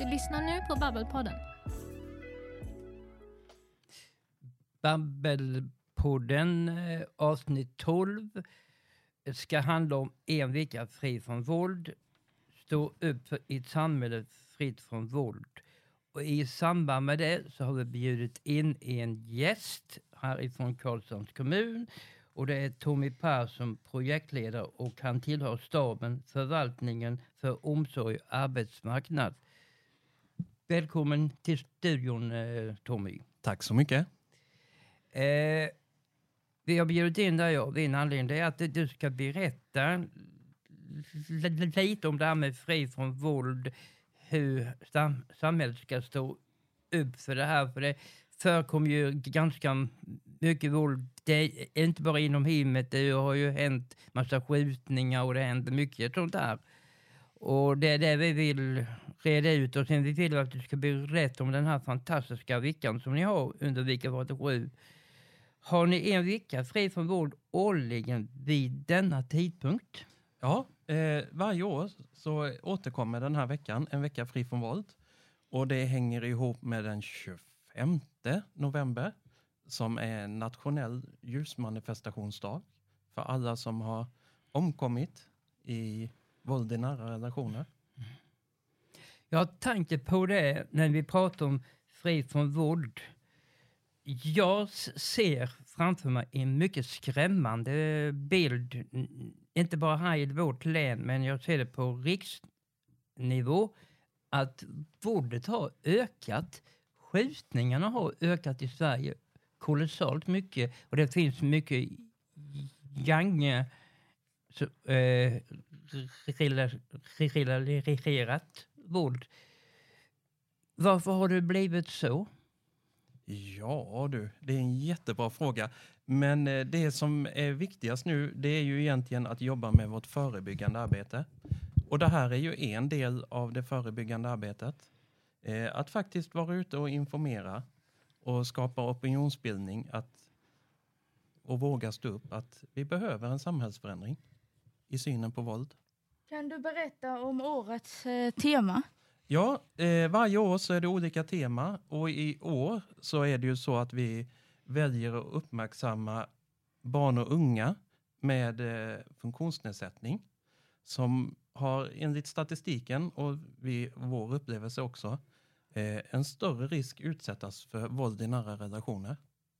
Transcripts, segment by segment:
Du lyssnar nu på Babbelpodden. Babbelpodden avsnitt 12 ska handla om en vecka fri från våld. Stå upp i ett samhälle fritt från våld. Och i samband med det så har vi bjudit in en gäst härifrån Karlshamns kommun. Och det är Tommy Persson, projektledare, och han tillhör staben förvaltningen för omsorg och arbetsmarknad. Välkommen till studion, Tommy. Tack så mycket. Vi har bjudit in dig av en anledning. Det är att du ska berätta lite om det här med fri från våld. Hur samhället ska stå upp för det här. För det förekommer ju ganska mycket våld. Det är inte bara inom hemmet. Det har ju hänt massa skjutningar och det händer mycket sånt där. Och det är det vi vill reda ut. Och sen vi vill att du ska berätta om den här fantastiska veckan som ni har under vecka 47. Har ni en vecka fri från våld årligen vid denna tidpunkt? Ja, varje år så återkommer den här veckan, en vecka fri från våld. Och det hänger ihop med den 25 november som är nationell ljusmanifestationsdag för alla som har omkommit i våld i nära relationer. Jag tänker på det när vi pratar om fri från våld. Jag ser framför mig en mycket skrämmande bild, inte bara här i vårt län, men jag ser det på riksnivå, att våldet har ökat. Skjutningarna har ökat i Sverige kolossalt mycket, och det finns mycket relaterat våld. Varför har det blivit så? Ja du, det är en jättebra fråga. Men det som är viktigast nu, det är ju egentligen att jobba med vårt förebyggande arbete. Och det här är ju en del av det förebyggande arbetet. Att faktiskt vara ute och informera och skapa opinionsbildning och våga stå upp att vi behöver en samhällsförändring i synen på våld. Kan du berätta om årets tema? Ja, varje år så är det olika tema, och i år så är det ju så att vi väljer att uppmärksamma barn och unga med funktionsnedsättning som har enligt statistiken och vår upplevelse också en större risk utsättas för våld i nära relationer.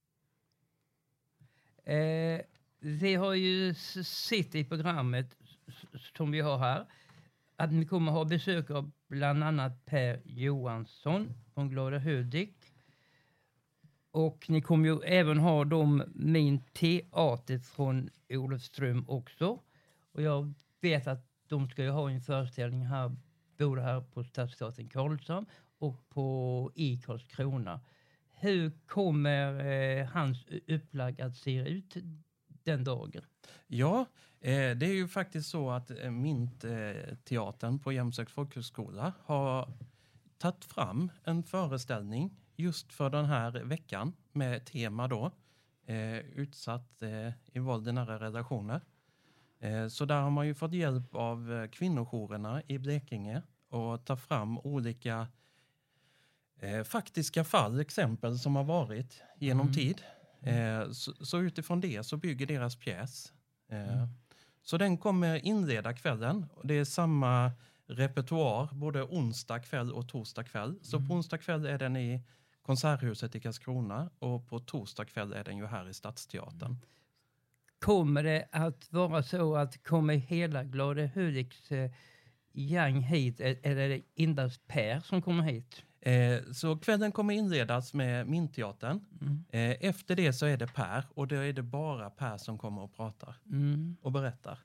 Vi har ju sett i programmet som vi har här att ni kommer ha besök av bland annat Per Johansson från Glada Hudik. Och ni kommer ju även ha Min teater från Olofström också. Och jag vet att de ska ju ha en föreställning här, både här på Stadsteatern Karlshamn och i Karlskrona. Hur kommer hans upplag att se ut den dagen? Ja, det är ju faktiskt så att teatern på Jämshögs folkhögskola har tagit fram en föreställning just för den här veckan med tema då utsatt i våld i nära relationer. Så där har man ju fått hjälp av kvinnojourerna i Blekinge och ta fram olika faktiska fall, exempel som har varit genom tid. Så utifrån det så bygger deras pjäs. Så den kommer inleda kvällen. Det är samma repertoar både onsdag kväll och torsdag kväll. Så på onsdag kväll är den i Konserthuset i Karlskrona och på torsdag kväll är den ju här i Stadsteatern. Kommer det att vara så att kommer hela Glada Hudiks gäng hit, eller är det endast Per som kommer hit? Så kvällen kommer inledas med Min teatern. Efter det så är det Per, och då är det bara Per som kommer och pratar och berättar.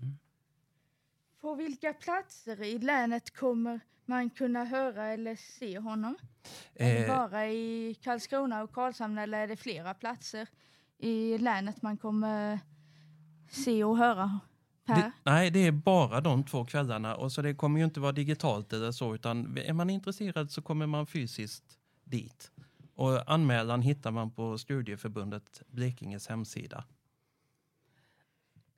På vilka platser i länet kommer man kunna höra eller se honom? Är det bara i Karlskrona och Karlshamn, eller är det flera platser i länet man kommer se och höra Per? Nej, det är bara de 2 kvällarna, och så det kommer ju inte vara digitalt eller så, utan är man intresserad så kommer man fysiskt dit. Och anmälan hittar man på Studieförbundet Blekinges hemsida.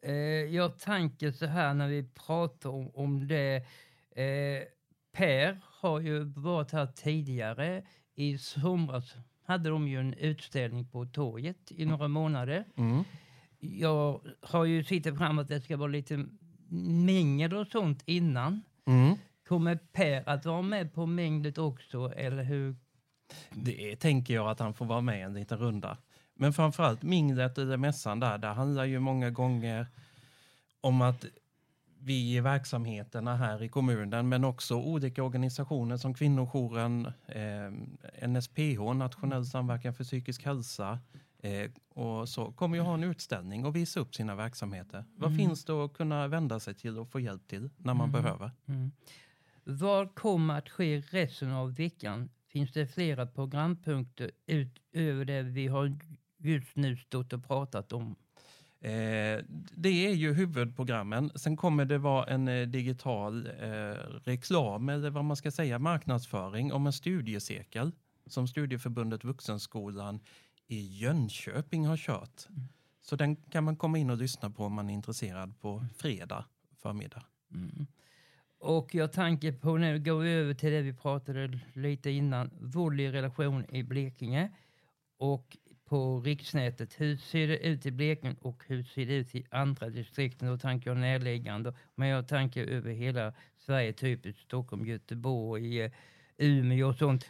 Jag tänker så här när vi pratar om det. Per har ju varit här tidigare. I somras hade de ju en utställning på torget i några månader. Jag har ju sittit fram att det ska vara lite mingel och sånt innan. Kommer Per att vara med på minglet också, eller hur? Det tänker jag att han får vara med en liten runda. Men framförallt minglet eller mässan där handlar ju många gånger om att vi i verksamheterna här i kommunen, men också olika organisationer som Kvinnojouren, NSPH, Nationell samverkan för psykisk hälsa, och så kommer ju ha en utställning och visa upp sina verksamheter. Vad finns det att kunna vända sig till och få hjälp till när man behöver? Vad kommer att ske resten av veckan? Finns det flera programpunkter utöver det vi har just nu stått och pratat om? Det är ju huvudprogrammen. Sen kommer det vara en digital reklam, eller vad man ska säga, marknadsföring om en studiecirkel som Studieförbundet Vuxenskolan i Jönköping har kört. Så den kan man komma in och lyssna på om man är intresserad på fredag förmiddag. Och jag tänker på, nu går vi över till det vi pratade lite innan, våld i relation i Blekinge och på riksnätet. Hur ser det ut i Blekinge och hur ser det ut i andra distrikten? Då tänker jag närliggande, men jag tänker över hela Sverige, typ Stockholm, Göteborg, Umeå och sånt.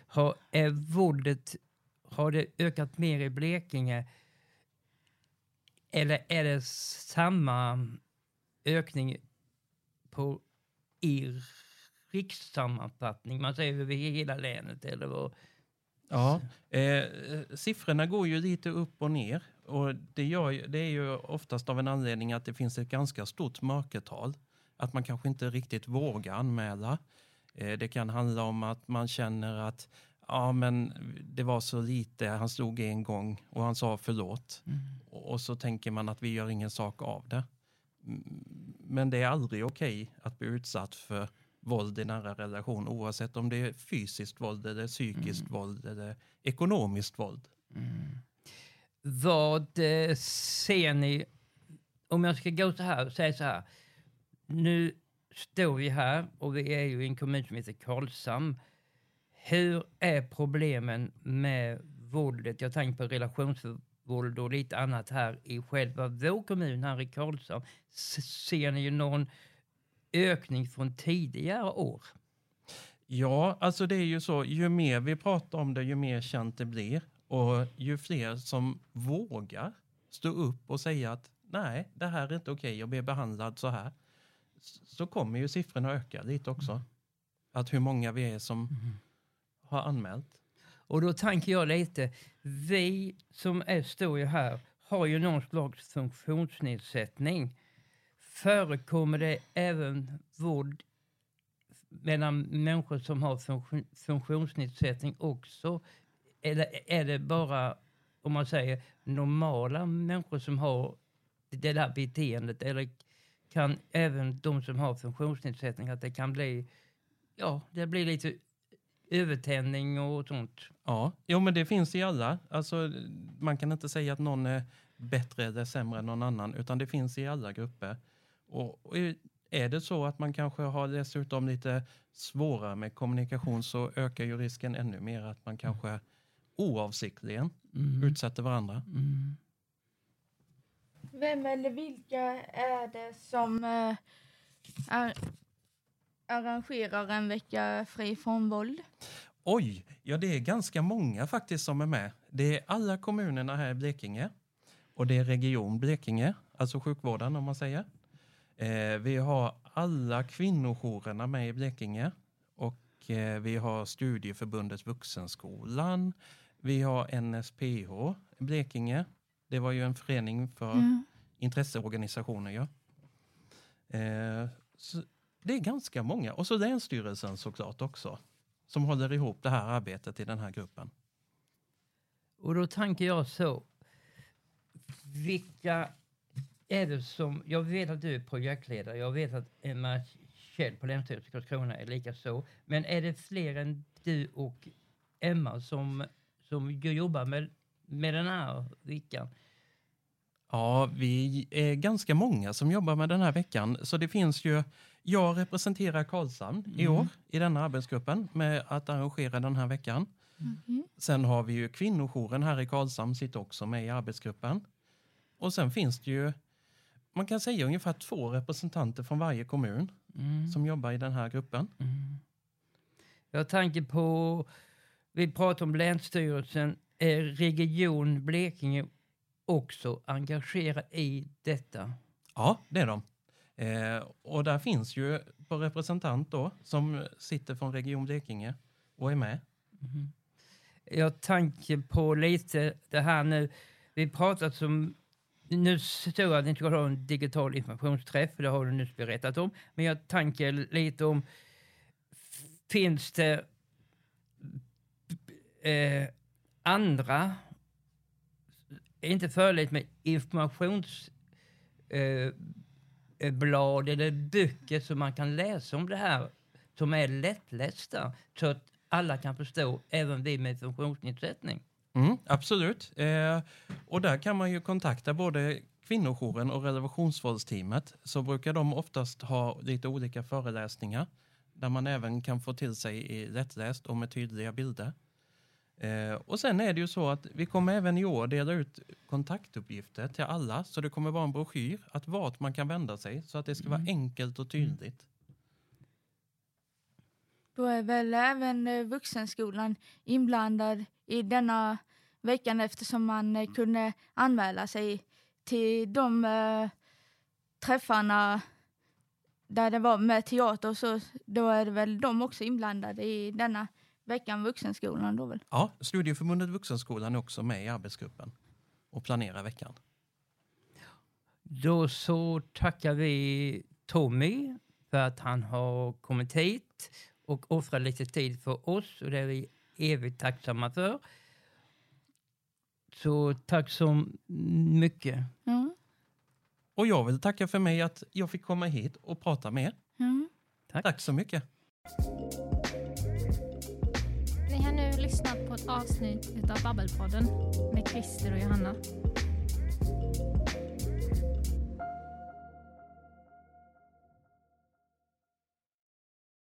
Har det ökat mer i Blekinge? Eller är det samma ökning på rikssammanfattning? Man säger över hela länet eller vad? Ja, siffrorna går ju lite upp och ner. Och det är ju oftast av en anledning att det finns ett ganska stort mörkertal. Att man kanske inte riktigt vågar anmäla. Det kan handla om att man känner att men det var så lite, han slog en gång och han sa förlåt. Och så tänker man att vi gör ingen sak av det. Men det är aldrig okej att bli utsatt för våld i nära relation, oavsett om det är fysiskt våld eller psykiskt våld eller ekonomiskt våld. Vad ser ni, om jag ska gå så här och säga så här, nu står vi här och vi är ju i en kommun som heter Karlshamn. Hur är problemen med våldet? Jag tänker på relationsvåld och lite annat här i själva vår kommun här i Karlshamn. Ser ni ju någon ökning från tidigare år? Ja, alltså det är ju så, ju mer vi pratar om det, ju mer känt det blir. Och ju fler som vågar stå upp och säga att nej, det här är inte okej, jag blir behandlad så här. Så kommer ju siffrorna öka lite också. Att hur många vi är som har anmält. Och då tänker jag lite, vi som står ju här har ju någon slags funktionsnedsättning. Förekommer det även våld mellan människor som har funktionsnedsättning också? Eller är det bara, om man säger, normala människor som har det där beteendet? Eller kan även de som har funktionsnedsättning, att det kan bli, det blir lite övertändning och sånt? Ja, men det finns i alla. Alltså, man kan inte säga att någon är bättre eller sämre än någon annan, utan det finns i alla grupper. Och är det så att man kanske har dessutom lite svårare med kommunikation, så ökar ju risken ännu mer att man kanske oavsiktligen utsätter varandra. Vem eller vilka är det som arrangerar en vecka fri från våld? Oj, det är ganska många faktiskt som är med. Det är alla kommunerna här i Blekinge. Och det är Region Blekinge, alltså sjukvården om man säger. Vi har alla kvinnojourerna med i Blekinge. Och vi har Studieförbundet Vuxenskolan. Vi har NSPH i Blekinge. Det var ju en förening för intresseorganisationer. Så det är ganska många. Och så Länsstyrelsen såklart också, som håller ihop det här arbetet i den här gruppen. Och då tänker jag så, vilka är det som, jag vet att du är projektledare, jag vet att Emma Kjell på Länsstyrelsen Karlskrona är lika så, men är det fler än du och Emma som jobbar med den här veckan? Ja, vi är ganska många som jobbar med den här veckan. Så det finns ju Jag representerar Karlshamn i år i denna arbetsgruppen med att arrangera den här veckan. Sen har vi ju kvinnojouren här i Karlshamn sitter också med i arbetsgruppen. Och sen finns det ju, man kan säga ungefär 2 representanter från varje kommun som jobbar i den här gruppen. Jag tänker på, vi pratar om Länsstyrelsen, är Region Blekinge också engagerad i detta? Ja, det är de. Och där finns ju på representant då som sitter från Region Blekinge och är med. Jag tänker på lite det här nu. Vi pratat om, nu står jag att ni ska ha en digital informationsträff, det har du nyss berättat om. Men jag tänker lite om, finns det andra, inte förligt med informationsblad eller böcker som man kan läsa om det här som är lättlästa så att alla kan förstå, även vi med funktionsnedsättning? Absolut. Och där kan man ju kontakta både kvinnojouren och relationsvåldsteamet, så brukar de oftast ha lite olika föreläsningar där man även kan få till sig i lättläst och med tydliga bilder. Och sen är det ju så att vi kommer även i år dela ut kontaktuppgifter till alla, så det kommer vara en broschyr att vart man kan vända sig så att det ska vara enkelt och tydligt. Då är väl även vuxenskolan inblandad i denna veckan, eftersom man kunde anmäla sig till de träffarna där det var med teater, så då är det väl de också inblandade i denna veckan vuxenskolan då väl? Ja, Studieförbundet Vuxenskolan är också med i arbetsgruppen och planerar veckan. Då så tackar vi Tommy för att han har kommit hit och offrat lite tid för oss, och det är vi evigt tacksamma för. Så tack så mycket. Och jag vill tacka för mig att jag fick komma hit och prata med er. Tack så mycket. Ni har nu lyssnat på ett avsnitt av Babbelpodden med Christer och Johanna.